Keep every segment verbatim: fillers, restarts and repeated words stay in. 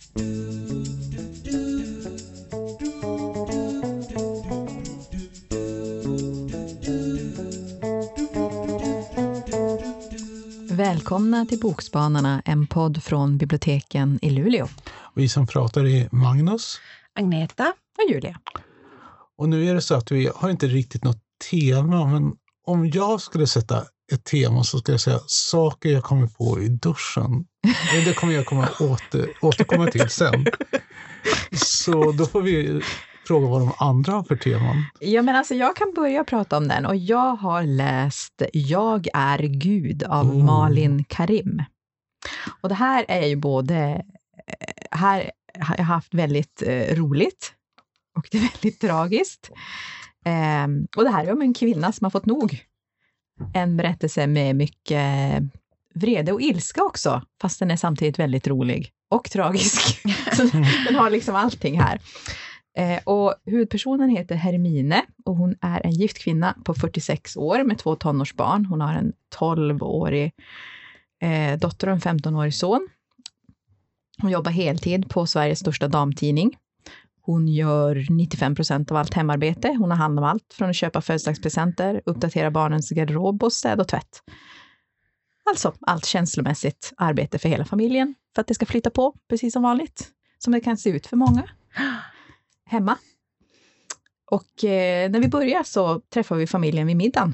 Välkomna till Bokspanarna, en podd från biblioteken i Luleå. Vi som pratar är Magnus, Agneta och Julia. Och nu är det så att vi har inte riktigt något tema, men om jag skulle sätta ett tema så skulle jag säga saker jag kommer på i duschen. Det kommer jag komma åter, återkomma till sen. Så då får vi fråga vad de andra har för teman. Ja, men alltså jag kan börja prata om den, och jag har läst Jag är Gud av oh. Malin Karim. Och det här är ju både, här har jag haft väldigt eh, roligt och det är väldigt tragiskt. Eh, och det här är om en kvinna som har fått nog. En berättelse med mycket vrede och ilska också, fast den är samtidigt väldigt rolig och tragisk. Så den har liksom allting här. Eh, och huvudpersonen heter Hermine och hon är en gift kvinna på fyrtiosex år med två tonårsbarn. Hon har en tolvårig eh, dotter och en femtonårig son. Hon jobbar heltid på Sveriges största damtidning. Hon gör nittiofem procent av allt hemarbete. Hon har hand om allt från att köpa födelsedagspresenter, uppdatera barnens garderob och städ och tvätt. Alltså allt känslomässigt arbete för hela familjen för att det ska flytta på precis som vanligt. Som det kan se ut för många hemma. Och eh, när vi börjar så träffar vi familjen vid middagen.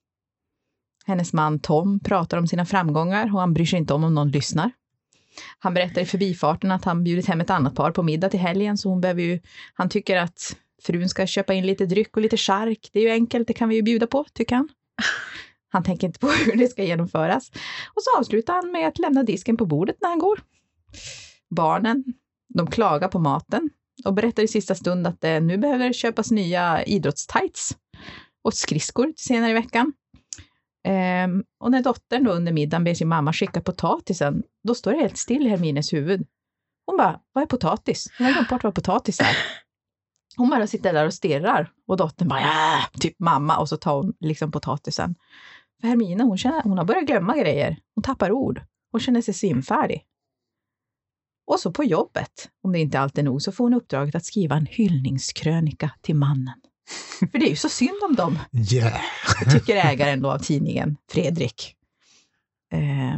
Hennes man Tom pratar om sina framgångar och han bryr sig inte om om någon lyssnar. Han berättar i förbifarten att han bjudit hem ett annat par på middag till helgen, så hon behöver ju, han tycker att frun ska köpa in lite dryck och lite chark. Det är ju enkelt, det kan vi ju bjuda på, tycker han. Han tänker inte på hur det ska genomföras. Och så avslutar han med att lämna disken på bordet när han går. Barnen, de klagar på maten och berättar i sista stund att det nu behöver köpas nya idrottstights och skridskor senare i veckan. Um, och när dottern då under middagen ber sin mamma skicka potatisen, då står det helt still i Hermines huvud. Hon bara, vad är potatis? Hon har glömt bort vad potatis är. Hon bara sitter där och stirrar och dottern bara, ja, typ mamma, och så tar hon liksom potatisen. För Hermine, hon, känner, hon har börjat glömma grejer. Hon tappar ord. Hon känner sig svimfärdig. Och så på jobbet, om det inte alltid är nog, så får hon uppdraget att skriva en hyllningskrönika till mannen. För det är ju så synd om dem. Yeah. Tycker ägaren då av tidningen, Fredrik. Eh,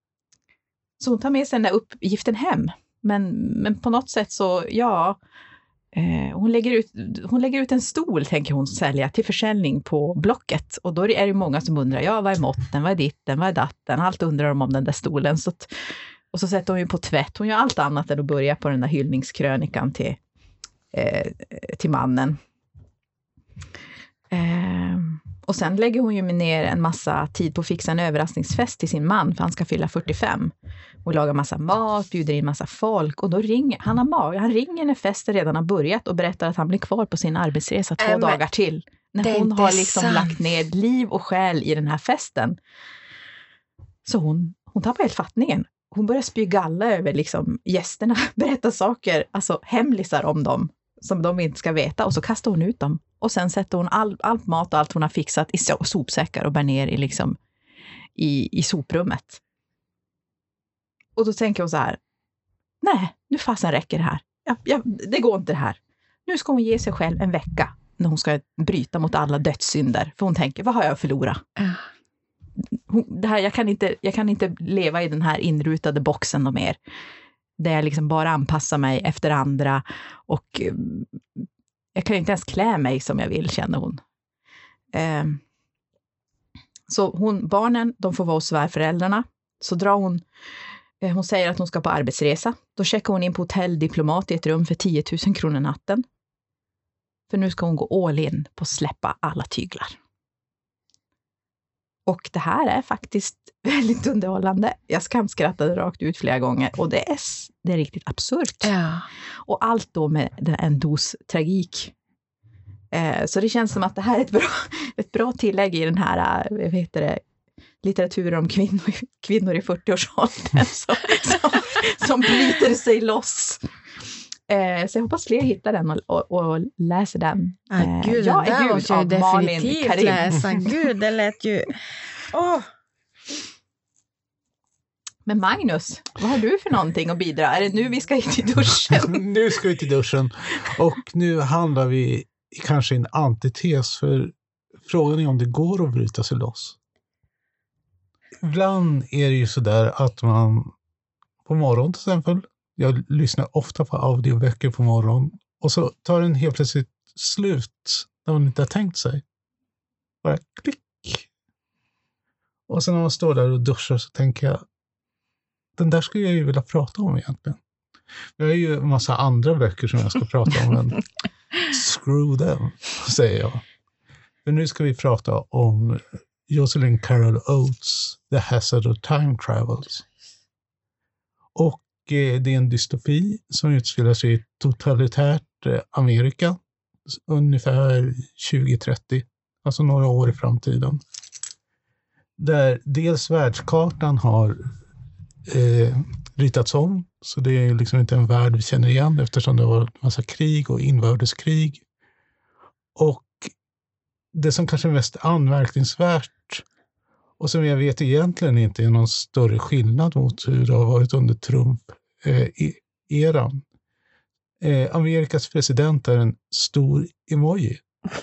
så hon tar med sig den där uppgiften hem. Men, men på något sätt så, ja, eh, hon, lägger ut, hon lägger ut en stol, tänker hon sälja, till försäljning på Blocket. Och då är det många som undrar, ja, vad är måtten, vad är ditten, vad är datten? Allt undrar de om den där stolen. Så att, och så sätter hon ju på tvätt. Hon gör allt annat än att börja på den där hyllningskrönikan till, eh, till mannen. Eh, och sen lägger hon ju ner en massa tid på att fixa en överraskningsfest till sin man, för han ska fylla fyrtiofem och laga massa mat, bjuder in massa folk, och då ringer han, har mag, han ringer när festen redan har börjat och berättar att han blir kvar på sin arbetsresa två äh, dagar till, när hon har liksom sant. lagt ner liv och själ i den här festen. Så hon, hon tappar helt fattningen. Hon börjar spy galla över liksom gästerna, berätta saker, alltså hemlisar om dem som de inte ska veta, och så kastar hon ut dem. Och sen sätter hon all, all mat och allt hon har fixat i sopsäckar och bär ner i, liksom, i, i soprummet. Och då tänker hon så här, nej, nu fasen räcker det här. Ja, ja, det går inte det här. Nu ska hon ge sig själv en vecka när hon ska bryta mot alla dödssynder. För hon tänker, vad har jag att förlora? Hon, det här, jag, kan inte, jag kan inte leva i den här inrutade boxen och mer. Där jag liksom bara anpassar mig efter andra och jag kan inte ens klä mig som jag vill, känner hon. Eh, så hon, barnen, de får vara hos svärföräldrarna. Så drar hon, eh, hon säger att hon ska på arbetsresa. Då checkar hon in på Hotell Diplomat i ett rum för tio tusen kronor natten. För nu ska hon gå all in på att släppa alla tyglar. Och det här är faktiskt väldigt underhållande. Jag skrattade rakt ut flera gånger. Och det är, det är riktigt absurt. Ja. Och allt då med en dos tragik. Eh, så det känns som att det här är ett bra, ett bra tillägg i den här, vad heter det, litteraturen om kvinnor, kvinnor i fyrtioårsåldern som, som, som bryter sig loss. Eh, så jag hoppas fler hittar den och, och, och läser den. Ah, eh, Gud, jag är Gud av Malin Karim. Läsa. Gud, det lät ju... Oh. Men Magnus, vad har du för någonting att bidra? Är det nu vi ska in till duschen? Nu ska vi till duschen. Och nu handlar vi kanske en antites, för frågan är om det går att bryta sig loss. Ibland är det ju sådär att man på morgonen till exempel, jag lyssnar ofta på audioböcker på morgonen, och så tar den helt plötsligt slut när man inte har tänkt sig. Bara klick. Och sen när man står där och duschar så tänker jag, den där skulle jag ju vilja prata om egentligen. Jag har ju en massa andra böcker som jag ska prata om, men screw them, säger jag. För nu ska vi prata om Jocelyn Carol Oates' The Hazard of Time Travels. Och eh, det är en dystopi som utspelar sig i ett totalitärt eh, Amerika, ungefär tjugo trettio, alltså några år i framtiden. Där dels världskartan har eh, ritats om, så det är liksom inte en värld vi känner igen eftersom det var en massa krig och inbördeskrig. Och det som kanske är mest anmärkningsvärt och som jag vet egentligen inte är någon större skillnad mot hur det har varit under Trump-eran. Eh, eh, Amerikas president är en stor emoji.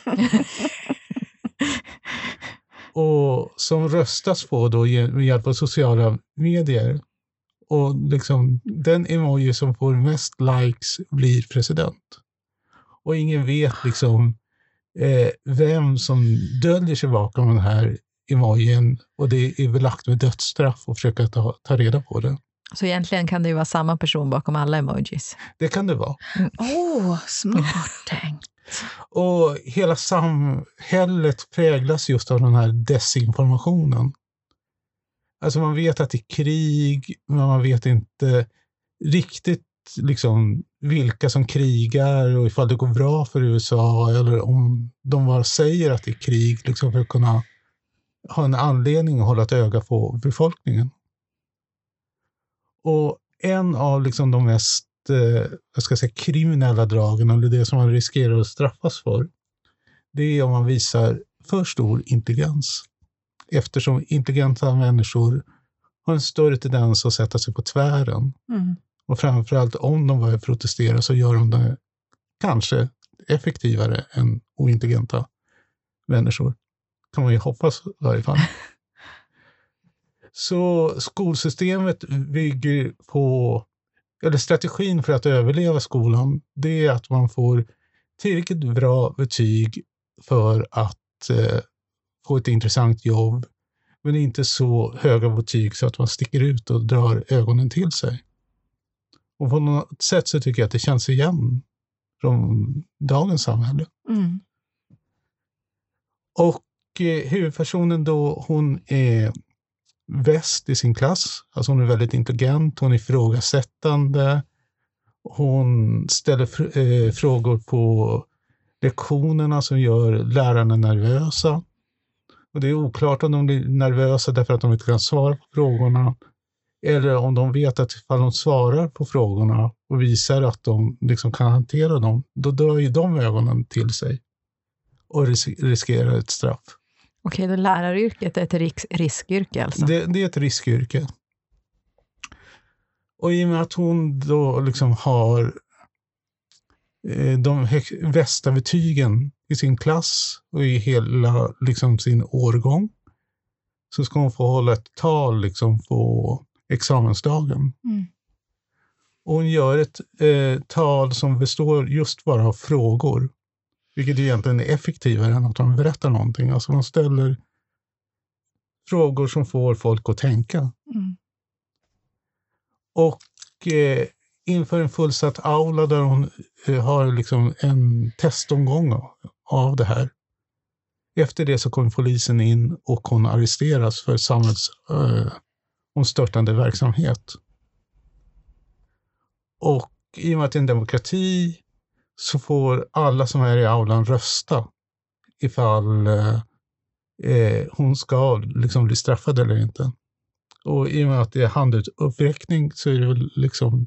Och som röstas på då med hjälp av sociala medier. Och liksom den emoji som får mest likes blir president. Och ingen vet liksom eh, vem som döljer sig bakom den här emojin. Och det är belagt med dödsstraff och försöka ta, ta reda på det. Så egentligen kan det ju vara samma person bakom alla emojis. Det kan det vara. Åh, oh, smart tänkt. Och hela samhället präglas just av den här desinformationen. Alltså man vet att det är krig, men man vet inte riktigt liksom vilka som krigar och ifall det går bra för U S A, eller om de bara säger att det är krig liksom för att kunna ha en anledning att hålla ett öga på befolkningen. Och en av liksom de mest eh, jag ska säga, kriminella dragen, eller det som man riskerar att straffas för, det är om man visar för stor intelligens. Eftersom intelligenta människor har en större tendens att sätta sig på tvären. Mm. Och framförallt om de börjar protestera så gör de det kanske effektivare än ointelligenta människor. Kan man ju hoppas i varje fall. Så skolsystemet bygger på, eller strategin för att överleva skolan, det är att man får tillräckligt bra betyg för att eh, få ett intressant jobb, men inte så höga betyg så att man sticker ut och drar ögonen till sig. Och på något sätt så tycker jag att det känns igen från dagens samhälle. Mm. Och eh, huvudpersonen då, hon är väst i sin klass. Alltså hon är väldigt intelligent, hon är ifrågasättande. Hon ställer fr- eh, frågor på lektionerna som gör lärarna nervösa. Och det är oklart om de blir nervösa därför att de inte kan svara på frågorna. Eller om de vet att ifall de svarar på frågorna och visar att de liksom kan hantera dem, då drar ju de ögonen till sig och ris- riskerar ett straff. Okej, då läraryrket är ett risk- riskyrke alltså? Det, det är ett riskyrke. Och i och med att hon då liksom har eh, de hög- bästa betygen i sin klass och i hela liksom sin årgång, så ska hon få hålla ett tal liksom på examensdagen. Mm. Och hon gör ett eh, tal som består just bara av frågor. Vilket egentligen är effektivare än att man berättar någonting. Alltså man ställer frågor som får folk att tänka. Mm. Och eh, inför en fullsatt aula där hon eh, har liksom en testomgång av, av det här. Efter det så kommer polisen in och hon arresteras för samhällsomstörtande eh, verksamhet. Och i och med att det är en demokrati så får alla som är i aulan rösta ifall eh, hon ska liksom bli straffad eller inte. Och i och med att det är handuppräckning så är det väl liksom,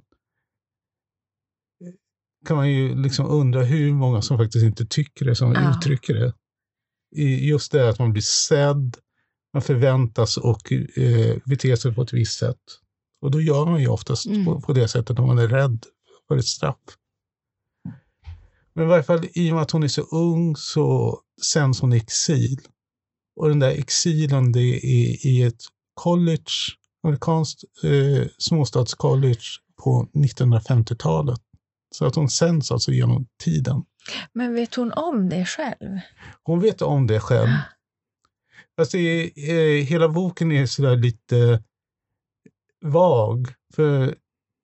kan man ju liksom undra hur många som faktiskt inte tycker det, som ja. uttrycker det. I just det att man blir sedd, man förväntas och eh, beter sig på ett visst sätt. Och då gör man ju oftast mm. på, på det sättet om man är rädd för ett straff. Men i varje fall, i och med att hon är så ung så sänds hon i exil. Och den där exilen, det är i ett college, amerikanskt eh, småstadscollege på nittonhundrafemtiotalet. Så att hon sänds alltså genom tiden. Men vet hon om det själv? Hon vet om det själv. Fast det är, eh, hela boken är sådär lite vag. För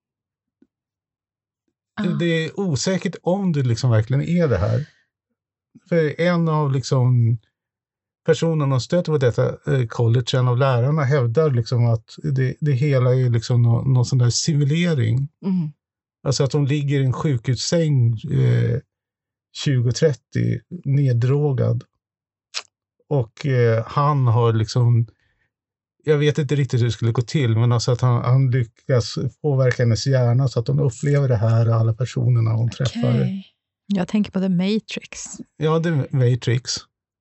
ah. det är osäkert om det liksom verkligen är det här. För en av liksom personerna stöter på detta eh, college, en av lärarna hävdar liksom att det, det hela är liksom någon, någon sån där simulering. Mm. Alltså att de ligger i en sjukhussäng eh, tjugo trettio neddrogad. Och eh, han har liksom, jag vet inte riktigt hur det skulle gå till, men alltså att han, han lyckas påverka hennes hjärna så att hon upplever det här, alla personerna hon okay. träffar. Jag tänker på The Matrix. Ja, The Matrix.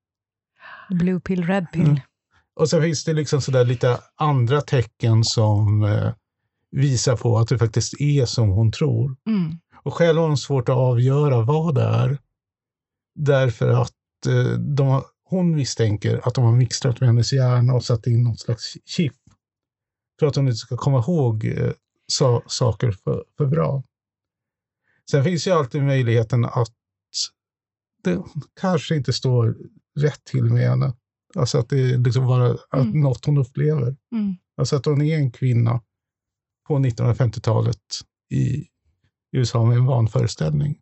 Blue pill, red pill. Mm. Och så finns det liksom sådär lite andra tecken som eh, visar på att det faktiskt är som hon tror. Mm. Och själv har hon svårt att avgöra vad det är. Därför att eh, de, hon misstänker att de har mixtrat med hennes hjärna och satt in något slags chip. För att hon inte ska komma ihåg eh, sa, saker för, för bra. Sen finns ju alltid möjligheten att det kanske inte står rätt till med henne. Alltså att det är liksom bara att mm. något hon upplever. Mm. Alltså att hon är en kvinna på nittonhundrafemtiotalet i U S A med en vanföreställning.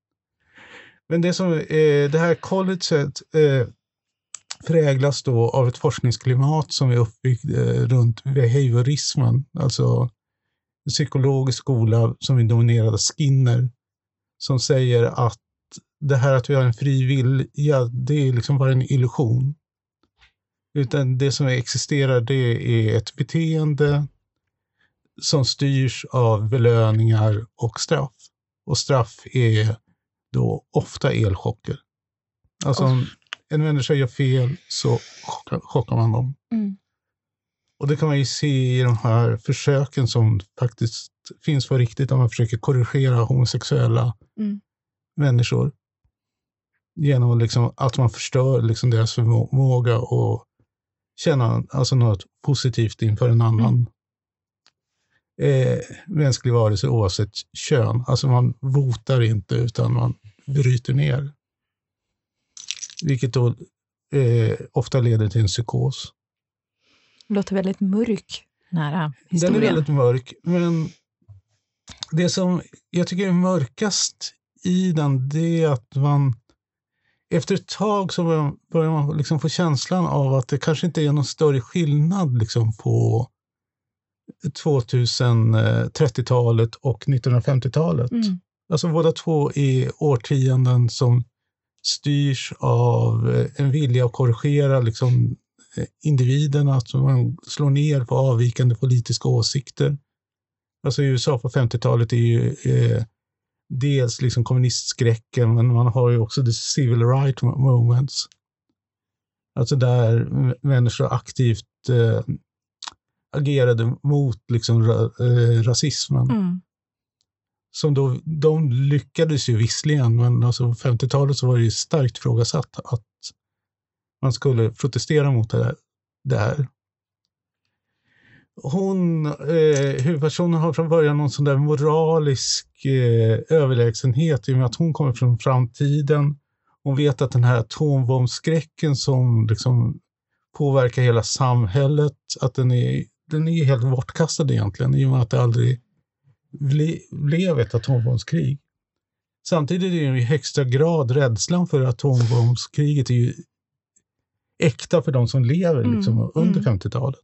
Men det som eh, det här colleget eh, präglas då av ett forskningsklimat som är uppbyggt eh, runt behaviorismen, alltså en psykologisk skola som är dominerad av Skinner, som säger att det här att vi har en fri vilja, det är liksom bara en illusion. Utan det som existerar, det är ett beteende som styrs av belöningar och straff. Och straff är då ofta elchocker. Alltså oh. om en människa gör fel så chockar, chockar man dem. Mm. Och det kan man ju se i de här försöken som faktiskt finns på riktigt, om man försöker korrigera homosexuella mm. människor. Genom liksom att man förstör liksom deras förmåga och känna alltså något positivt inför en annan mm. eh, mänsklig varelse oavsett kön. Alltså man votar inte utan man bryter ner. Vilket då eh, ofta leder till en psykos. Det låter väldigt mörk nära historien. Den är väldigt mörk, men det som jag tycker är mörkast i den, det är att man efter ett tag så börjar man liksom få känslan av att det kanske inte är någon större skillnad liksom på tjugohundratrettiotalet och nittonhundrafemtiotalet. Mm. Alltså båda två är årtionden som styrs av en vilja att korrigera liksom individerna, att man slår ner på avvikande politiska åsikter. Alltså i U S A på femtiotalet är ju eh, dels liksom kommunistskräcken, men man har ju också the civil rights movements. Alltså där människor aktivt eh, agerade mot liksom ra, eh, rasismen. Mm. Som då, de lyckades ju visserligen, men alltså på femtiotalet så var det ju starkt frågasatt att man skulle protestera mot det här. Det här. Hon, eh, huvudpersonen har från början någon sån där moralisk eh, överlägsenhet i och med att hon kommer från framtiden. Hon vet att den här atombombskräcken som liksom påverkar hela samhället, att den är, den är helt bortkastad egentligen i och med att det aldrig ble, blev ett atombombskrig. Samtidigt är det i högsta grad rädslan för atombombskriget är ju äkta för de som lever liksom, mm, under mm. femtiotalet.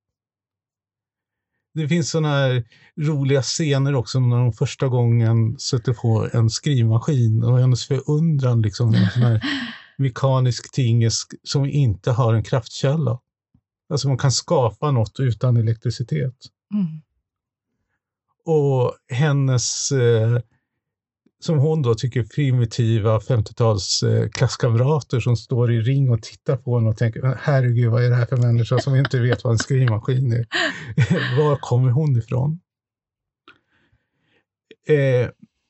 Det finns såna här roliga scener också när de första gången sätter på en skrivmaskin och hennes förundran liksom en sån här mekanisk ting som inte har en kraftkälla. Alltså man kan skapa något utan elektricitet. Mm. Och hennes eh, som hon då tycker primitiva femtiotals eh, klasskamrater som står i ring och tittar på henne och tänker, herregud, vad är det här för människa som inte vet vad en skrivmaskin är? Var kommer hon ifrån? Eh,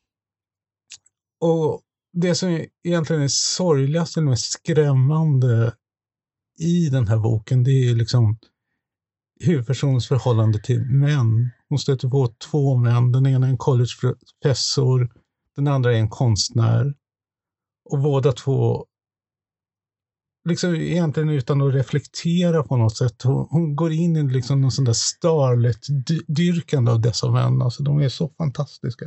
och det som egentligen är sorgligast eller mest skrämmande i den här boken, det är liksom huvudpersonens förhållande till män. Hon stöter på två män. Den ena är en collegeprofessor, den andra är en konstnär. Och båda två, liksom egentligen utan att reflektera på något sätt, hon, hon går in i liksom någon sån där starlet-dyrkande av dessa män. Alltså de är så fantastiska.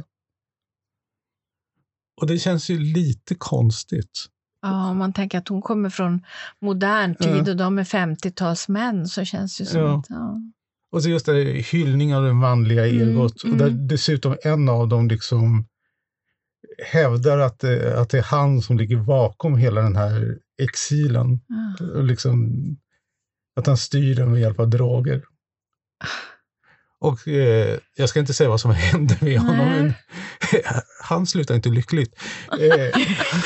Och det känns ju lite konstigt. Ja, om man tänker att hon kommer från modern tid ja. och de är femtiotals män, så känns det som ja. att... Ja. Och så just det, hyllning av den manliga egot. Mm, och där mm. dessutom en av dem liksom hävdar att det, att det är han som ligger bakom hela den här exilen. Ja. Och liksom, att han styr den med hjälp av droger. Och eh, jag ska inte säga vad som hände med honom, men han slutar inte lyckligt. Eh,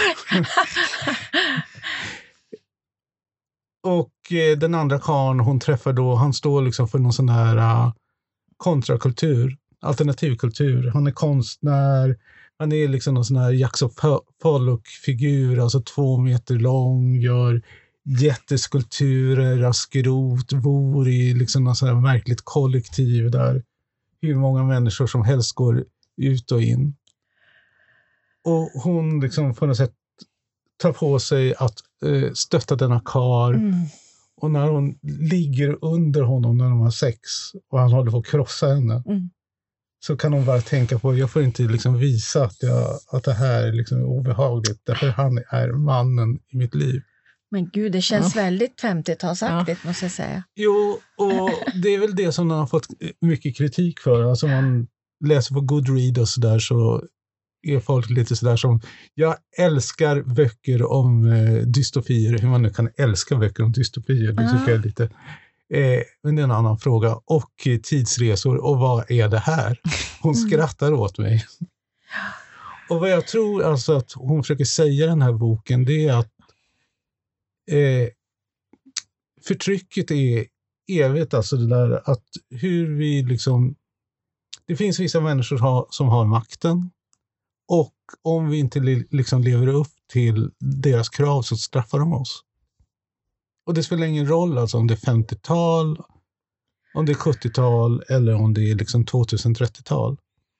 och eh, den andra karln hon träffar då, han står liksom för någon sån här uh, kontrakultur, alternativkultur. Han är konstnär, han är liksom någon sån här Jackson Pollock-figur, alltså två meter lång, gör jätteskulpturer av skrot, bor i liksom något sånt här märkligt kollektiv där hur många människor som helst går ut och in. Och hon liksom på något sätt tar på sig att eh, stötta denna karl. Mm. Och när hon ligger under honom när de har sex och han håller på att krossa henne, Mm. så kan hon bara tänka på, jag får inte liksom visa att, jag, att det här är liksom obehagligt, därför han är mannen i mitt liv. Men gud, det känns Ja. väldigt femtiotalsaktigt, måste jag säga. Jo, och det är väl det som han har fått mycket kritik för. Alltså om man läser på Goodread och sådär, så är folk lite sådär som, jag älskar böcker om eh, dystopier, hur man nu kan älska böcker om dystopier, det tycker jag är lite. Eh, men det är en annan fråga. Och eh, tidsresor, och vad är det här? Hon skrattar åt mig. Och vad jag tror alltså att hon försöker säga i den här boken, det är att eh, förtrycket är evigt, alltså det där att hur vi liksom, det finns vissa människor ha, som har makten, och om vi inte li, liksom lever upp till deras krav så straffar de oss. Och det spelar ingen roll alltså om det är femtiotal, om det är sjuttiotal eller om det är liksom tjugotrettiotal.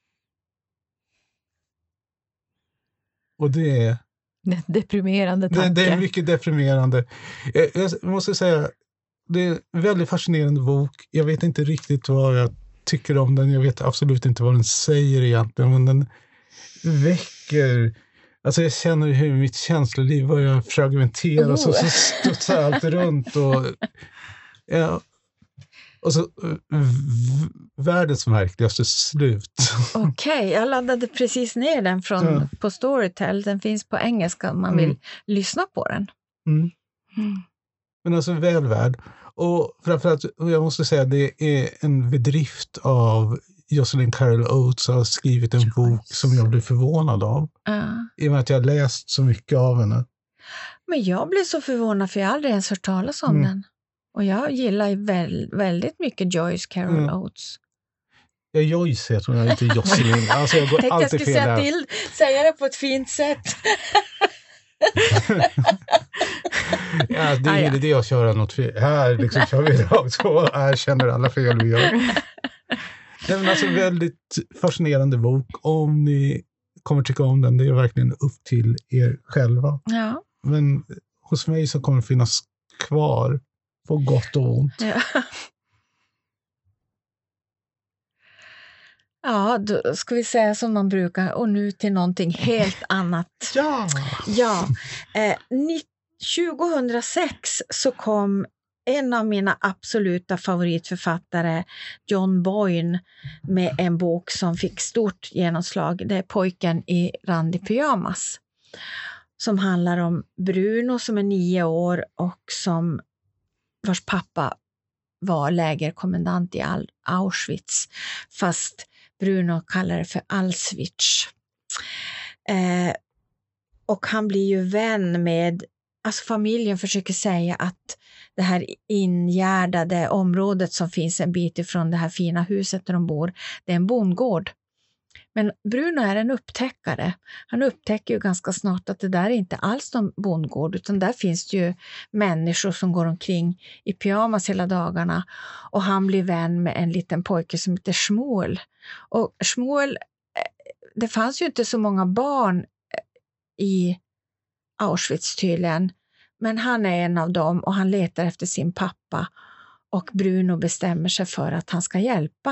Och det är deprimerande tanke. Det, det är mycket deprimerande. Jag, jag måste säga, det är en väldigt fascinerande bok. Jag vet inte riktigt vad jag tycker om den. Jag vet absolut inte vad den säger egentligen, men den väcker, alltså jag känner hur mitt känsloliv börjar fragmentera, oh. så, så studsar allt runt och ja, och så v- världens märkligaste slut. Okej, okay, jag laddade precis ner den från, ja. på Storytel. Den finns på engelska om man mm. vill lyssna på den. Mm. Mm. Men alltså väl värd. Och framförallt, jag måste säga, det är en bedrift av Jocelyn Carol Oates har skrivit en bok som jag blev förvånad av. Uh. I och med att jag har läst så mycket av henne. Men jag blev så förvånad för jag aldrig ens hört talas om mm. den. Och jag gillar väl, väldigt mycket Joyce Carol mm. Oates. Ja, Joyce heter hon, inte Jocelyn. Alltså jag går Tänkte alltid jag skulle säga, till, säga det på ett fint sätt. Ja, det är ingen idé att köra något fel. Här liksom kör vi rakt så. Här känner alla fel vi gör. Det är alltså väldigt fascinerande bok. Om ni kommer tycka om den, det är verkligen upp till er själva. Ja. Men hos mig så kommer det finnas kvar på gott och ont. Ja. Ja, då ska vi säga som man brukar. Och nu till någonting helt annat. Ja! Ja. Eh, tjugohundrasex så kom en av mina absoluta favoritförfattare, John Boyne, med en bok som fick stort genomslag. Det är Pojken i randig pyjamas. Som handlar om Bruno som är nio år och som vars pappa var lägerkommendant i Auschwitz. Fast Bruno kallar det för Auschwitz. Eh, och han blir ju vän med, alltså familjen försöker säga att det här ingärdade området som finns en bit ifrån det här fina huset där de bor, det är en bondgård. Men Bruno är en upptäckare. Han upptäcker ju ganska snart att det där är inte alls någon bondgård, utan där finns det ju människor som går omkring i pyjamas hela dagarna. Och han blir vän med en liten pojke som heter Shmuel. Och Shmuel, det fanns ju inte så många barn i Auschwitz tydligen, men han är en av dem och han letar efter sin pappa. Och Bruno bestämmer sig för att han ska hjälpa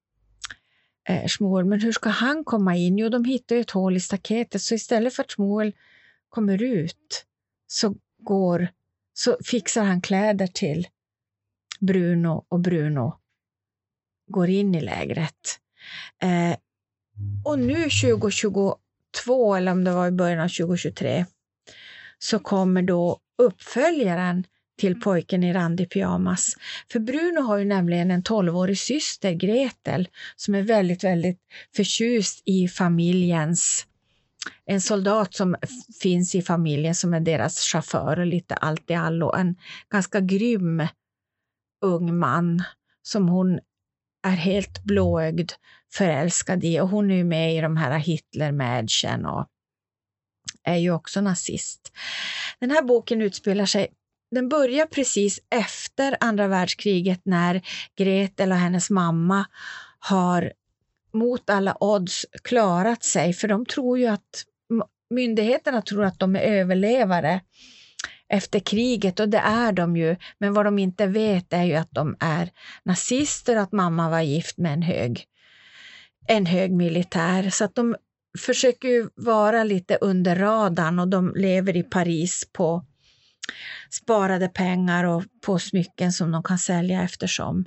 Eh, Shmuel, men hur ska han komma in? Jo, de hittar ju ett hål i staketet, så istället för att Shmuel kommer ut så, går, så fixar han kläder till Bruno och Bruno går in i lägret. Eh, och nu tjugo tjugotvå, eller om det var i början av tjugo tjugotre, så kommer då uppföljaren till pojken i randig pyjamas. För Bruno har ju nämligen en tolvårig syster, Gretel, som är väldigt, väldigt förtjust i familjens, en soldat som finns i familjen som är deras chaufför och lite allt i allo. En ganska grym ung man som hon är helt blåögd förälskad i. Och hon är ju med i de här Hitler-mädchen och är ju också nazist. Den här boken utspelar sig Den börjar precis efter andra världskriget när Gretel och hennes mamma har mot alla odds klarat sig. För de tror ju att, myndigheterna tror att de är överlevare efter kriget, och det är de ju. Men vad de inte vet är ju att de är nazister och att mamma var gift med en hög, en hög militär. Så att de försöker ju vara lite under radarn och de lever i Paris på sparade pengar och på smycken som de kan sälja eftersom.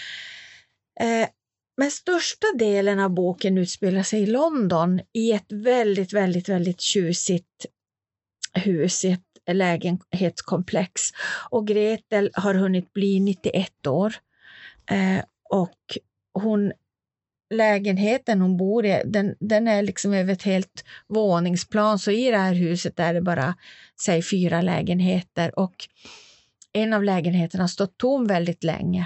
Eh, men största delen av boken utspelar sig i London i ett väldigt, väldigt, väldigt tjusigt hus i ett lägenhetskomplex. Och Gretel har hunnit bli nittioett år eh, och hon lägenheten hon bor i, den, den är liksom över ett helt våningsplan, så i det här huset är det bara, säg, fyra lägenheter och en av lägenheterna har stått tom väldigt länge.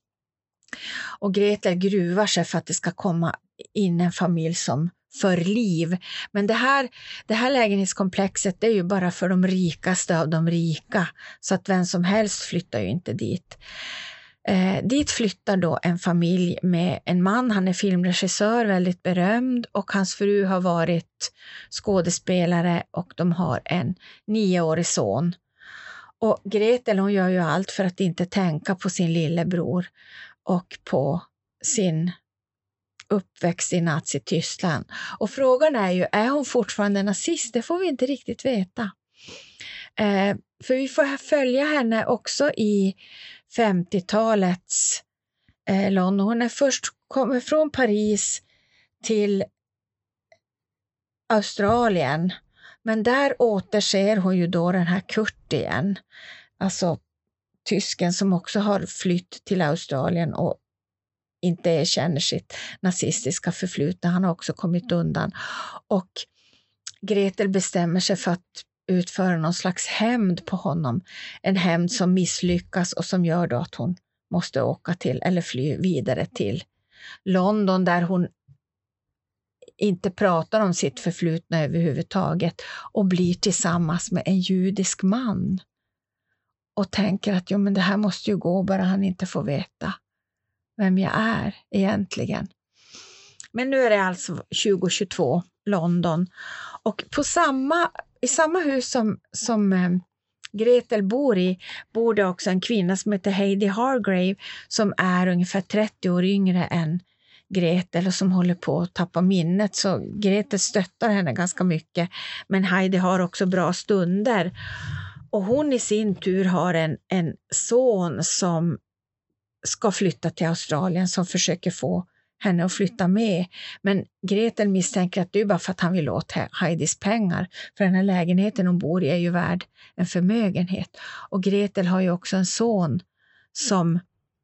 Och Gretel gruvar sig för att det ska komma in en familj som för liv. Men det här, det här lägenhetskomplexet är ju bara för de rikaste av de rika, så att vem som helst flyttar ju inte dit. Eh, dit flyttar då en familj med en man, han är filmregissör, väldigt berömd, och hans fru har varit skådespelare och de har en nioårig son. Och Gretel, hon gör ju allt för att inte tänka på sin lillebror och på sin uppväxt i Nazityskland. Och frågan är ju, är hon fortfarande nazist? Det får vi inte riktigt veta. Eh, för vi får följa henne också i femtiotalets eh, London. Hon är först kommer från Paris till Australien, men där återser hon ju då den här Kurt igen, alltså tysken som också har flytt till Australien och inte erkänner sitt nazistiska förflutna. Han har också kommit undan, och Gretel bestämmer sig för att utföra någon slags hämnd på honom. En hämnd som misslyckas och som gör då att hon måste åka till eller fly vidare till London, där hon inte pratar om sitt förflutna överhuvudtaget och blir tillsammans med en judisk man. Och tänker att jo, men det här måste ju gå, bara han inte får veta vem jag är egentligen. Men nu är det alltså tjugo tjugotvå, London. Och på samma, i samma hus som, som eh, Gretel bor i, bor det också en kvinna som heter Heidi Hargrave, som är ungefär trettio år yngre än Gretel och som håller på att tappa minnet. Så Gretel stöttar henne ganska mycket, men Heidi har också bra stunder. Och hon i sin tur har en, en son som ska flytta till Australien, som försöker få henne att flytta med. Men Gretel misstänker att det är bara för att han vill åt Heidis pengar. För den här lägenheten hon bor i är ju värd en förmögenhet. Och Gretel har ju också en son som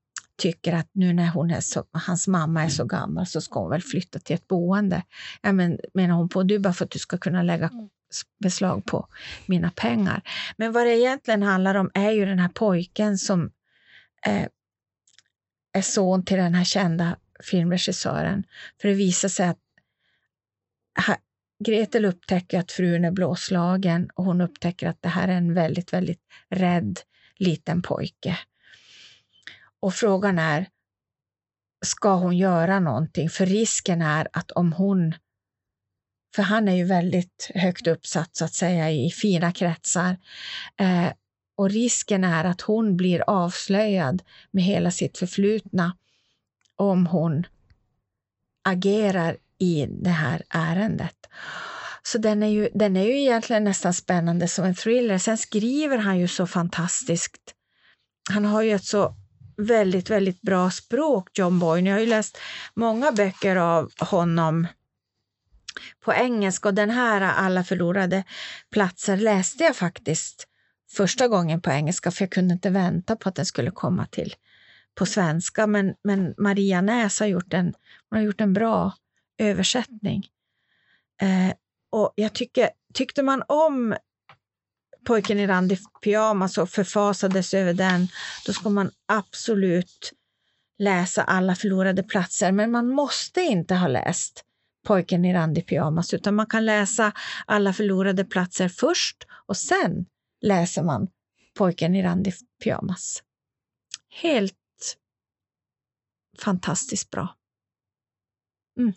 tycker att nu när hon är så, hans mamma är så gammal så ska hon väl flytta till ett boende. Ja, men, menar hon på, det är bara för att du ska kunna lägga beslag på mina pengar. Men vad det egentligen handlar om är ju den här pojken som eh, är son till den här kända filmregissören. För det visar sig att ha, Gretel upptäcker att frun är blåslagen och hon upptäcker att det här är en väldigt, väldigt rädd liten pojke. Och frågan är, ska hon göra någonting? För risken är att om hon, för han är ju väldigt högt uppsatt så att säga i fina kretsar, eh, och risken är att hon blir avslöjad med hela sitt förflutna om hon agerar i det här ärendet. Så den är ju, den är ju egentligen nästan spännande som en thriller. Sen skriver han ju så fantastiskt. Han har ju ett så väldigt, väldigt bra språk, John Boyne. Jag har ju läst många böcker av honom på engelska och den här Alla förlorade platser läste jag faktiskt första gången på engelska för jag kunde inte vänta på att den skulle komma till på svenska. Men, men Maria Näs har gjort en, hon har gjort en bra översättning. Eh, och jag tycker, tyckte man om Pojken i randig pyjamas och förfasades över den, då ska man absolut läsa Alla förlorade platser. Men man måste inte ha läst Pojken i randig pyjamas, utan man kan läsa Alla förlorade platser först och sen läser man Pojken i randig pyjamas. Helt fantastiskt bra. Mm.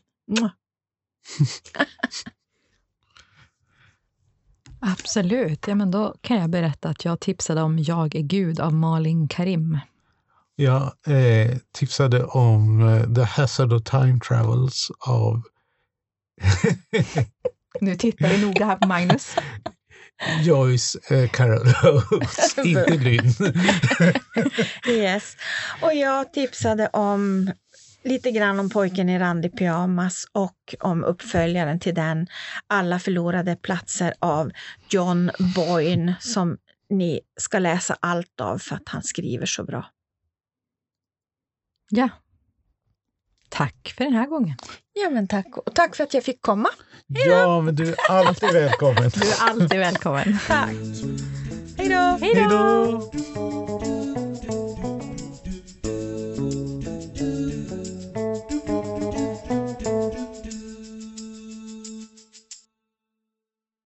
Absolut. Ja, men då kan jag berätta att jag tipsade om Jag är Gud av Malin Karim. Jag eh, tipsade om eh, The Hazard of Time Travels av... Nu tittar vi noga här på Magnus. Joyce eh, Carol Oates, inte Lynn. Yes. Och jag tipsade om lite grann om Pojken i randig pyjamas och om uppföljaren till den Alla förlorade platser av John Boyne som ni ska läsa allt av för att han skriver så bra. Ja. Tack för den här gången. Ja, men tack. Och tack för att jag fick komma. Ja, men du är alltid välkommen. Du är alltid välkommen. Tack. Hej då. Hej då.